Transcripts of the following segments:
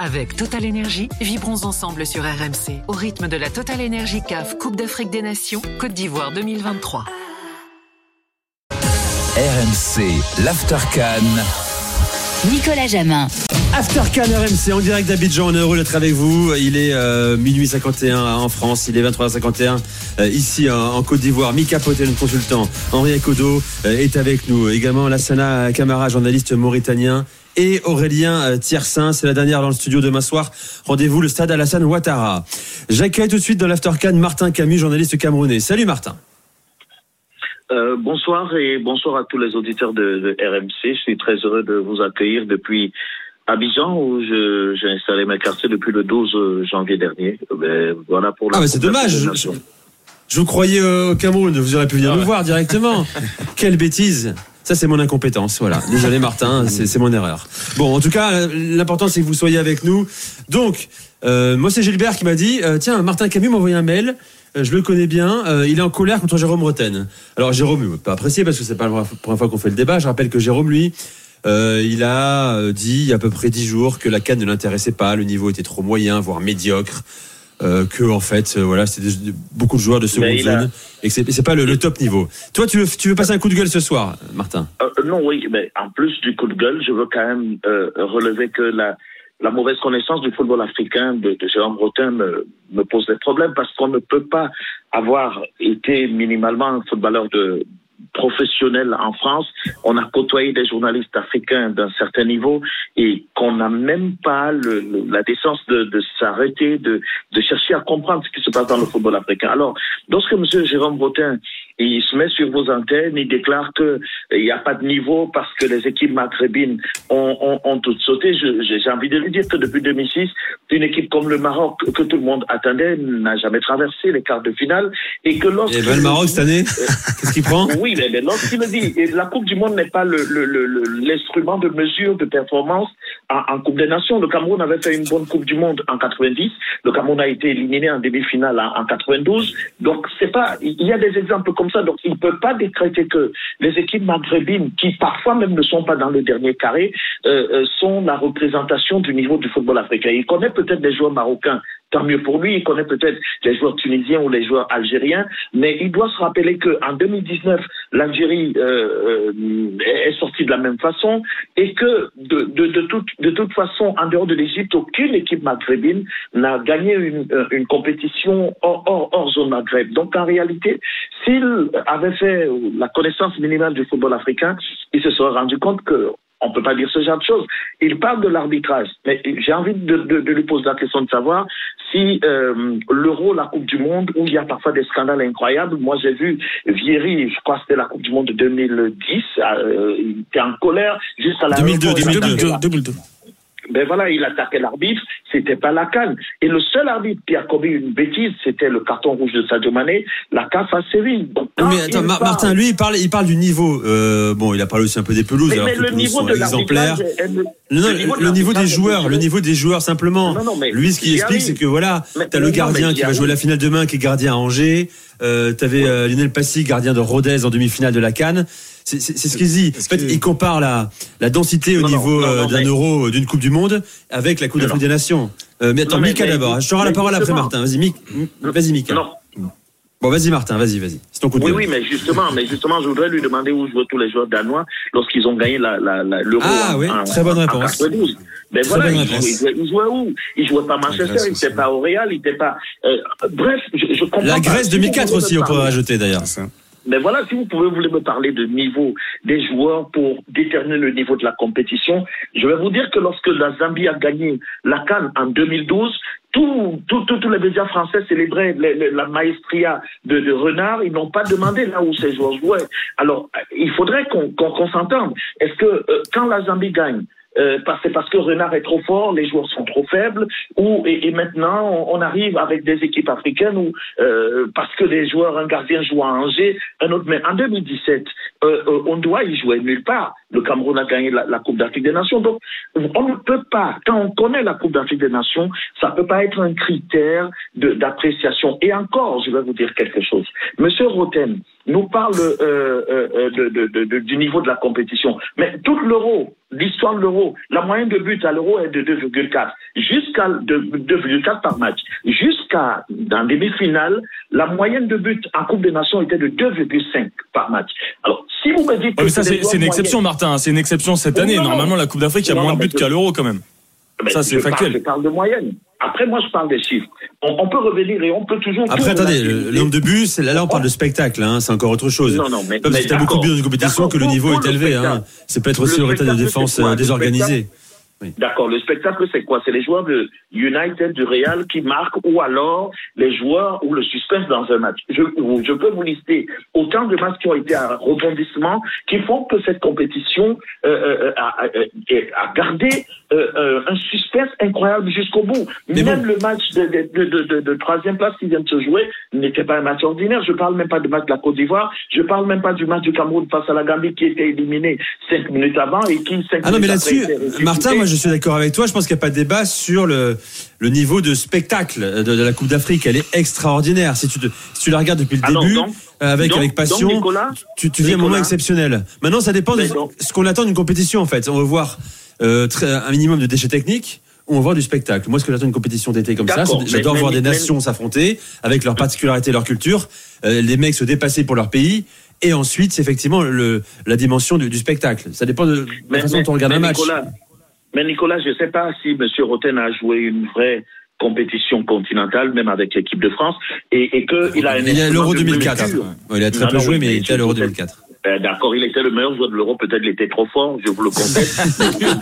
Avec Total Énergie, vibrons ensemble sur RMC au rythme de la Total Énergie CAF Coupe d'Afrique des Nations Côte d'Ivoire 2023. RMC, l'After CAN. Nicolas Jamin. After CAN RMC en direct d'Abidjan, on est heureux d'être avec vous. Il est minuit 51 en France, il est 23h51 ici en Côte d'Ivoire. Mika Poté, notre consultant, Henri Ekodo est avec nous. Également Lassana Camara, journaliste mauritanien, et Aurélien Tiersin, c'est la dernière dans le studio demain soir. Rendez-vous le stade Alassane Ouattara. J'accueille tout de suite dans l'After CAN Martin Camus, journaliste camerounais. Salut Martin. Bonsoir et bonsoir à tous les auditeurs de RMC. Je suis très heureux de vous accueillir depuis Abidjan où j'ai installé mes quartiers depuis le 12 janvier dernier. Voilà pour mais c'est dommage. Je vous croyais au Cameroun, vous auriez pu venir nous voir directement. Quelle bêtise. Ça, c'est mon incompétence. Voilà. Désolé, Martin, c'est mon erreur. Bon, en tout cas, l'important, c'est que vous soyez avec nous. Donc, moi, c'est Gilbert qui m'a dit tiens, Martin Camus m'a envoyé un mail. Je le connais bien. Il est en colère contre Jérôme Roten. Alors, Jérôme, il ne peut pas apprécier parce que c'est pas la première fois qu'on fait le débat. Je rappelle que Jérôme, lui, il a dit il y a à peu près 10 jours que la CAN ne l'intéressait pas. Le niveau était trop moyen, voire médiocre. Que en fait voilà, c'était beaucoup de joueurs de seconde zone et que c'est pas le top niveau. Toi tu veux passer un coup de gueule ce soir, Martin? Non, oui, mais en plus du coup de gueule, je veux quand même relever que la mauvaise connaissance du football africain de Jérôme Roten me pose des problèmes parce qu'on ne peut pas avoir été minimalement un footballeur professionnel en France. On a côtoyé des journalistes africains d'un certain niveau et qu'on n'a même pas la décence de s'arrêter, de chercher à comprendre ce qui se passe dans le football africain. Alors, lorsque M. Jérôme Roten il se met sur vos antennes, il déclare qu'il n'y a pas de niveau parce que les équipes maghrébines ont toutes sauté. J'ai envie de lui dire que depuis 2006, une équipe comme le Maroc, que tout le monde attendait, n'a jamais traversé les quarts de finale. Et que lorsque le Maroc cette année, qu'est-ce qu'il prend? Oui, mais lorsqu'il le dit, et la Coupe du Monde n'est pas l'instrument de mesure de performance en Coupe des Nations. Le Cameroun avait fait une bonne Coupe du Monde en 90. Le Cameroun a été éliminé en demi-finale en 92. Donc, il y a des exemples comme ça. Donc, il ne peut pas décréter que les équipes maghrébines, qui parfois même ne sont pas dans le dernier carré, sont la représentation du niveau du football africain. Il connaît peut-être des joueurs marocains. Tant mieux pour lui, il connaît peut-être les joueurs tunisiens ou les joueurs algériens, mais il doit se rappeler qu'en 2019, l'Algérie est sortie de la même façon et que de toute façon, en dehors de l'Égypte, aucune équipe maghrébine n'a gagné une compétition hors zone Maghreb. Donc en réalité, s'il avait fait la connaissance minimale du football africain, il se serait rendu compte que on ne peut pas dire ce genre de choses. Il parle de l'arbitrage. Mais j'ai envie de lui poser la question de savoir si l'Euro, la Coupe du Monde, où il y a parfois des scandales incroyables. Moi, j'ai vu Vieri, je crois que c'était la Coupe du Monde de 2010, il était en colère juste à la 2002. Ben voilà, il attaquait l'arbitre, c'était pas la CAN. Et le seul arbitre qui a commis une bêtise, c'était le carton rouge de Sadio Mané, la CAF a sévi. Mais attends, Martin, lui, il parle du niveau. Bon, il a parlé aussi un peu des pelouses, alors que les pelouses sont exemplaires. Le niveau des joueurs, simplement. Lui, ce qu'il explique, c'est que voilà, t'as le gardien qui va jouer la finale demain, qui est gardien à Angers. T'avais Lionel Passy, gardien de Rodez en demi-finale de la CAN. C'est ce qu'il dit. En fait, il compare la densité au niveau d'un euro, d'une Coupe du Monde, avec la Coupe d'Afrique des Nations. Mais attends, Mika d'abord. Je t'aurai la parole après, Martin. Vas-y, Mika. Bon, vas-y, Martin, vas-y. C'est ton coup de gueule. Oui, mais justement, je voudrais lui demander où jouaient tous les joueurs danois lorsqu'ils ont gagné l'Euro. Ah oui, très bonne réponse. 92. Mais voilà, ils jouaient où? Ils jouaient pas à Manchester, ils n'étaient pas au Real, ils n'étaient pas. Bref, je comprends. La Grèce 2004 aussi, on pourrait rajouter d'ailleurs. Mais voilà, si vous voulez me parler de niveau des joueurs pour déterminer le niveau de la compétition, je vais vous dire que lorsque la Zambie a gagné la CAN en 2012, tous les médias français célébraient la maestria de Renard. Ils n'ont pas demandé là où ces joueurs jouaient. Alors, il faudrait qu'on s'entende. Est-ce que quand la Zambie gagne, c'est parce que Renard est trop fort, les joueurs sont trop faibles, et maintenant on arrive avec des équipes africaines où parce que un gardien joue à Angers, un autre. Mais en 2017, on doit y jouer nulle part. Le Cameroun a gagné la Coupe d'Afrique des Nations. Donc on ne peut pas, quand on connaît la Coupe d'Afrique des Nations, ça ne peut pas être un critère d'appréciation. Et encore, je vais vous dire quelque chose. Monsieur Roten, nous parle du niveau de la compétition. Mais toute l'Euro, l'histoire de l'Euro, la moyenne de buts à l'Euro est de 2,4. Jusqu'à 2,4 par match. Jusqu'à, dans demi-finale, la moyenne de buts en Coupe des Nations était de 2,5 par match. Alors, si vous me dites que ça, c'est une exception, Martin. C'est une exception cette année. Normalement, la Coupe d'Afrique, il y a moins de buts qu'à l'Euro, quand même. Ça, c'est factuel. Je parle de moyenne. Après, moi, je parle des chiffres. On peut revenir et on peut toujours... Après, attendez, le nombre de buts, là, on parle de spectacle, hein, c'est encore autre chose. Non, mais... Parce que tu as beaucoup de buts dans une compétition que le niveau est élevé. Hein. C'est peut-être aussi le résultat de défense désorganisé. Oui. D'accord, le spectacle c'est quoi? C'est les joueurs de United, du Real qui marquent, ou alors les joueurs ou le suspense dans un match. Je peux vous lister autant de matchs qui ont été à rebondissement qui font que cette compétition a gardé un suspense incroyable jusqu'au bout. Mais même le match de troisième place qui vient de se jouer n'était pas un match ordinaire. Je parle même pas du match de la Côte d'Ivoire, je parle même pas du match du Cameroun face à la Gambie qui était éliminé 5 minutes avant et qui 5 minutes mais là-dessus, après Martin, moi je suis d'accord avec toi, je pense qu'il n'y a pas de débat sur le niveau de spectacle de la Coupe d'Afrique. Elle est extraordinaire. Si tu la regardes depuis le début, avec passion, Nicolas, tu vis un moment exceptionnel. Maintenant, ça dépend de ce qu'on attend d'une compétition en fait. On veut voir un minimum de déchets techniques, on va voir du spectacle. Moi, ce que j'attends d'une compétition d'été comme ça, j'adore voir des nations s'affronter avec leurs particularités, leur culture, les mecs se dépasser pour leur pays. Et ensuite, c'est effectivement la dimension du spectacle. Ça dépend de la façon dont on regarde un match. Mais Nicolas, je ne sais pas si M. Roten a joué une vraie compétition continentale, même avec l'équipe de France, et qu'il a... Il est à l'Euro 2004. Il a très peu joué, mais il était à l'Euro 2004. D'accord, il était le meilleur joueur de l'Euro, peut-être il était trop fort, je vous le confesse.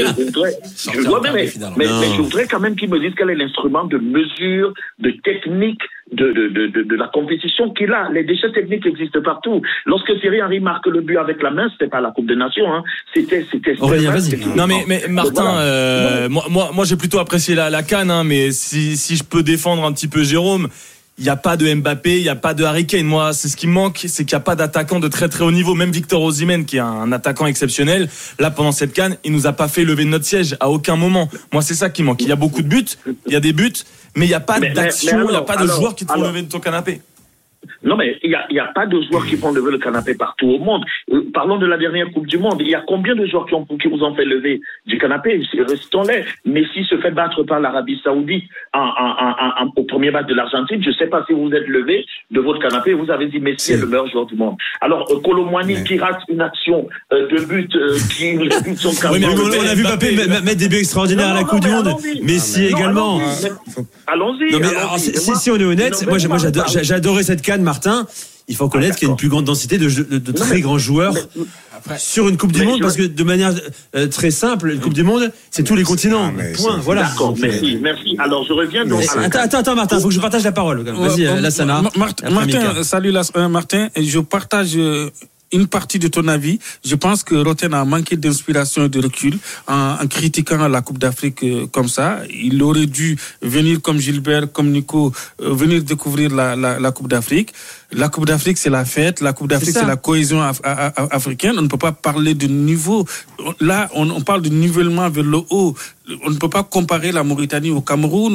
mais je voudrais quand même qu'il me dise quel est l'instrument de mesure, de technique de la compétition qu'il a. Les déchets techniques existent partout. Lorsque Thierry Henry marque le but avec la main, c'était pas la Coupe des Nations, hein. C'était non mais Martin, moi j'ai plutôt apprécié la CAN, hein, mais si je peux défendre un petit peu Jérôme, il n'y a pas de Mbappé, il n'y a pas de Harry Kane. Moi, c'est ce qui me manque, c'est qu'il n'y a pas d'attaquant de très très haut niveau. Même Victor Osimhen, qui est un attaquant exceptionnel, là pendant cette CAN, il nous a pas fait lever de notre siège à aucun moment. Moi, c'est ça qui manque. Il y a beaucoup de buts, il y a des buts, mais il n'y a pas d'action, il n'y a pas de joueurs qui te font lever de ton canapé. Non, mais il y a pas de joueurs qui font lever le canapé partout au monde. Parlons de la dernière Coupe du Monde. Il y a combien de joueurs qui vous ont fait lever du canapé? Restons-les. Messi se fait battre par l'Arabie Saoudite au premier match de l'Argentine. Je ne sais pas si vous êtes levé de votre canapé. Vous avez dit Messi est le meilleur joueur du monde. Alors, Kolo Muani qui rate une action de but qui sont oui, mais on a vu Mbappé mettre des buts extraordinaires à la Coupe du Monde. Messi également. Allons-y. Non, mais si on est honnête, moi j'ai adoré cette CAN, Martin. Il faut connaître qu'il y a une plus grande densité de très grands joueurs sur une Coupe du Monde, parce que de manière très simple, une Coupe du Monde, c'est tous les continents. Point. Voilà. D'accord, merci. Alors je reviens donc. Attends, Martin, il faut que je partage la parole. Vas-y, Lassana. Martin, salut Martin. Je partage une partie de ton avis. Je pense que Roten a manqué d'inspiration et de recul en critiquant la Coupe d'Afrique comme ça. Il aurait dû venir comme Gilbert, comme Nico, venir découvrir la Coupe d'Afrique. La Coupe d'Afrique, c'est la fête. La Coupe d'Afrique, c'est la cohésion africaine. On ne peut pas parler de niveau. Là, on parle de nivellement vers le haut. On ne peut pas comparer la Mauritanie au Cameroun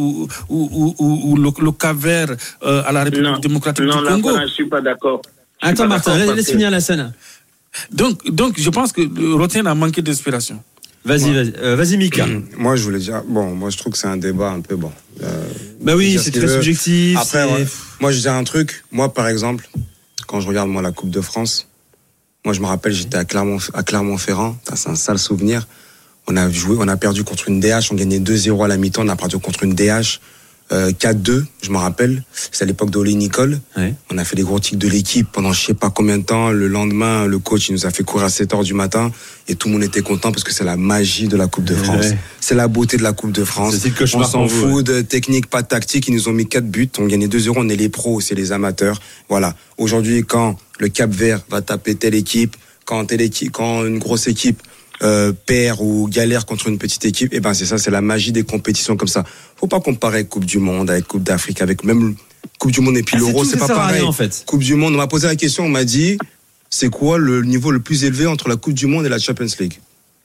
ou le Cap-Vert à la République démocratique du Congo. Non, là, je suis pas d'accord. Attends, Martin, laisse finir la scène. Donc, je pense que Roten a manqué d'inspiration. Vas-y, Mika. Moi, je voulais dire, moi, je trouve que c'est un débat un peu bon. Bah oui, c'est très subjectif. Après, moi, je dis un truc. Moi, par exemple, quand je regarde la Coupe de France, moi, je me rappelle, j'étais à Clermont-Ferrand. C'est un sale souvenir. On a perdu contre une DH. On gagnait 2-0 à la mi-temps. On a perdu contre une DH. 4-2, je me rappelle, c'est à l'époque d'Olé Nicole. Ouais. On a fait des gros tics de l'équipe pendant je sais pas combien de temps. Le lendemain, le coach il nous a fait courir à 7h du matin et tout le monde était content parce que c'est la magie de la Coupe de France. Ouais. C'est la beauté de la Coupe de France. On s'en fout de technique, pas de tactique. Ils nous ont mis 4 buts. On gagnait 2-0. On est les pros, c'est les amateurs. Voilà. Aujourd'hui, quand le Cap-Vert va taper telle équipe, quand une grosse équipe perd ou galère contre une petite équipe, c'est ça, c'est la magie des compétitions comme ça. Faut pas comparer Coupe du Monde avec Coupe d'Afrique, avec même Coupe du Monde et puis l'Euro, c'est pas pareil. En fait. Coupe du Monde, on m'a posé la question, on m'a dit, c'est quoi le niveau le plus élevé entre la Coupe du Monde et la Champions League?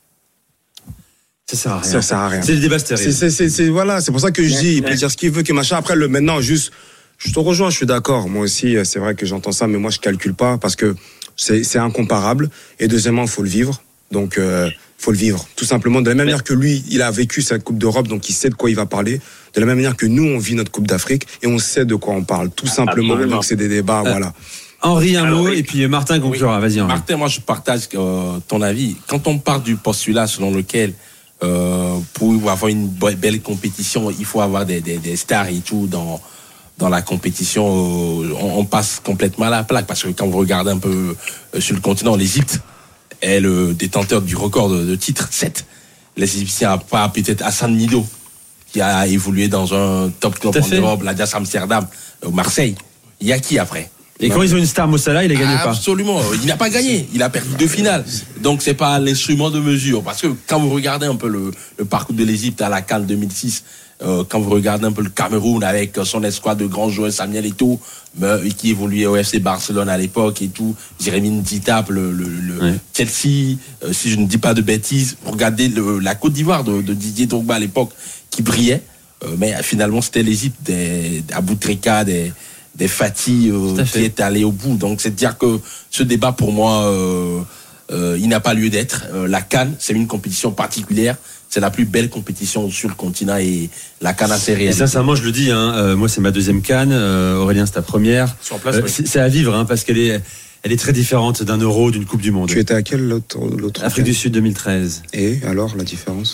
Ça sert à rien. Ça sert à rien. C'est le débat stérile. Voilà, c'est pour ça que je dis, il peut dire ce qu'il veut, que machin. Après, maintenant, juste Je te rejoins, je suis d'accord. Moi aussi, c'est vrai que j'entends ça, mais moi, je calcule pas parce que c'est incomparable. Et deuxièmement, il faut le vivre. Donc, faut le vivre. Tout simplement, de la même manière que lui, il a vécu sa Coupe d'Europe, donc il sait de quoi il va parler. De la même manière que nous, on vit notre Coupe d'Afrique et on sait de quoi on parle. Tout simplement. Absolument. Donc, c'est des débats, voilà. Henri, un mot, et puis Martin conclura. Vas-y, Henri. Martin, moi, je partage ton avis. Quand on part du postulat selon lequel, pour avoir une belle compétition, il faut avoir des stars et tout dans la compétition, on passe complètement à la plaque. Parce que quand vous regardez un peu sur le continent, l'Égypte est le détenteur du record de titres, 7. Les Égyptiens, à part peut-être Hassan Mido, qui a évolué dans un top club en Europe, l'Ajax Amsterdam, Marseille. Il y a qui après? Et quand ils ont une star Mossala, il ne gagne pas. Absolument. Il n'a pas gagné. Il a perdu 2 finales. Donc, c'est pas l'instrument de mesure. Parce que quand vous regardez un peu le parcours de l'Égypte à la CAN 2006, quand vous regardez un peu le Cameroun avec son escouade de grands joueurs, Samuel Eto'o, qui évoluait au FC Barcelone à l'époque et tout, Jérémy Ntitap, Chelsea, si je ne dis pas de bêtises, regardez la Côte d'Ivoire de Didier Drogba à l'époque qui brillait, mais finalement c'était l'Égypte des Aboutrika, des Fati qui est allé au bout. Donc c'est dire que ce débat pour moi il n'a pas lieu d'être. La CAN, c'est une compétition particulière. C'est la plus belle compétition sur le continent et la CAN a ses réalités. Et sincèrement, je le dis, moi c'est ma deuxième CAN, Aurélien c'est ta première. Sur place, oui. C'est à vivre, parce qu'elle est très différente d'un Euro, d'une Coupe du Monde. Tu étais à quel l'autre Afrique du Sud 2013. Et alors, la différence?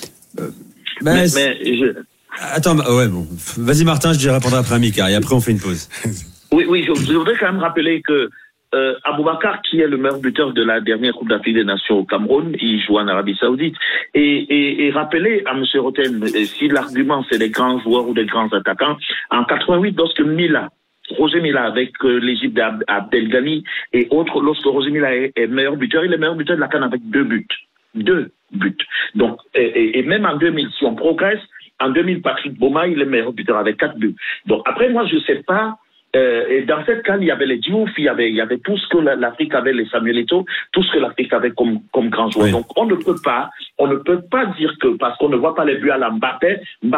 Attends, ouais, bon. Vas-y Martin, je répondrai après à Mika et après on fait une pause. Oui, je voudrais quand même rappeler que Aboubacar, qui est le meilleur buteur de la dernière Coupe d'Afrique des Nations au Cameroun, il joue en Arabie Saoudite. Et rappeler à M. Roten, si l'argument c'est des grands joueurs ou des grands attaquants, en 88, lorsque Roger Mila avec l'Égypte d'Abdelghani et autres, lorsque Roger Mila est meilleur buteur, il est meilleur buteur de la CAN avec 2 buts. 2 buts. Donc, et même en 2000, si on progresse, en 2000, Patrick Boma, il est meilleur buteur avec 4 buts. Donc après, moi, je sais pas. Et dans cette CAN, il y avait les Diouf, il y avait tout ce que l'Afrique avait, les Samuel Eto'o, tout ce que l'Afrique avait comme grand joueur. Oui. Donc on ne peut pas dire que parce qu'on ne voit pas les buts à la Mbappé,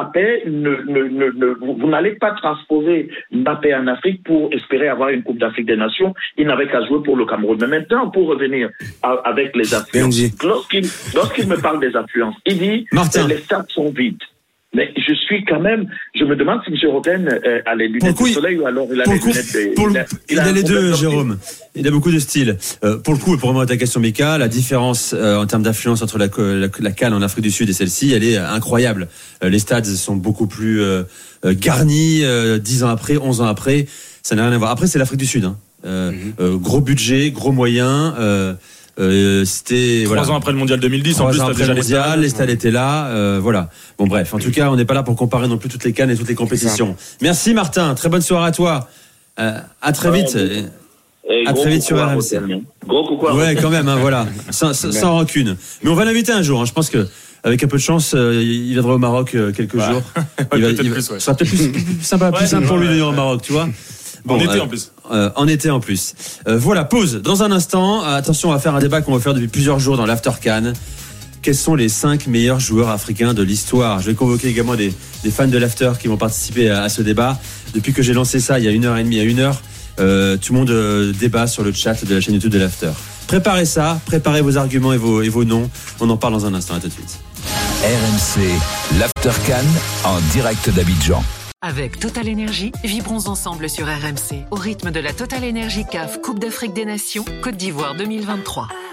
vous n'allez pas transposer Mbappé en Afrique pour espérer avoir une Coupe d'Afrique des Nations. Il n'avait qu'à jouer pour le Cameroun. Mais maintenant, pour revenir avec les affluences, lorsqu'il me parle des affluences, il dit que les stades sont vides. Mais je me demande si M. Roten a les lunettes de soleil ou alors il a les lunettes il a les deux, Jérôme. Il a beaucoup de style. Pour le coup, pour répondre à ta question, Mika, la différence en termes d'affluence entre la CAN en Afrique du Sud et celle-ci, elle est incroyable. Les stades sont beaucoup plus garnis 10 ans après, 11 ans après. Ça n'a rien à voir. Après, c'est l'Afrique du Sud. Gros budget, gros moyens. C'était 3 ans après le mondial 2010, en plus t'as déjà les stades étaient là, voilà. Bon bref, en tout cas, on n'est pas là pour comparer non plus toutes les CAN et toutes les compétitions. Merci Martin, très bonne soirée à toi. À très vite. À très vite sur RMC. Gros coucou. Ouais, quand même, voilà, sans rancune. Mais on va l'inviter un jour. Je pense que avec un peu de chance, il viendra au Maroc quelques jours. Ce sera peut-être plus sympa, plus simple pour lui de venir au Maroc, tu vois. Bon, en été en plus. Voilà, pause. Dans un instant, attention, on va faire un débat qu'on va faire depuis plusieurs jours dans l'After CAN. Quels sont les 5 meilleurs joueurs africains de l'histoire? Je vais convoquer également des fans de l'After qui vont participer à ce débat. Depuis que j'ai lancé ça, il y a 1h30 à 1h, tout le monde débat sur le chat de la chaîne YouTube de l'After. Préparez ça, préparez vos arguments et vos noms. On en parle dans un instant. À tout de suite. RMC, l'After CAN en direct d'Abidjan. Avec Total Énergie, vibrons ensemble sur RMC au rythme de la Total Énergie CAF Coupe d'Afrique des Nations Côte d'Ivoire 2023.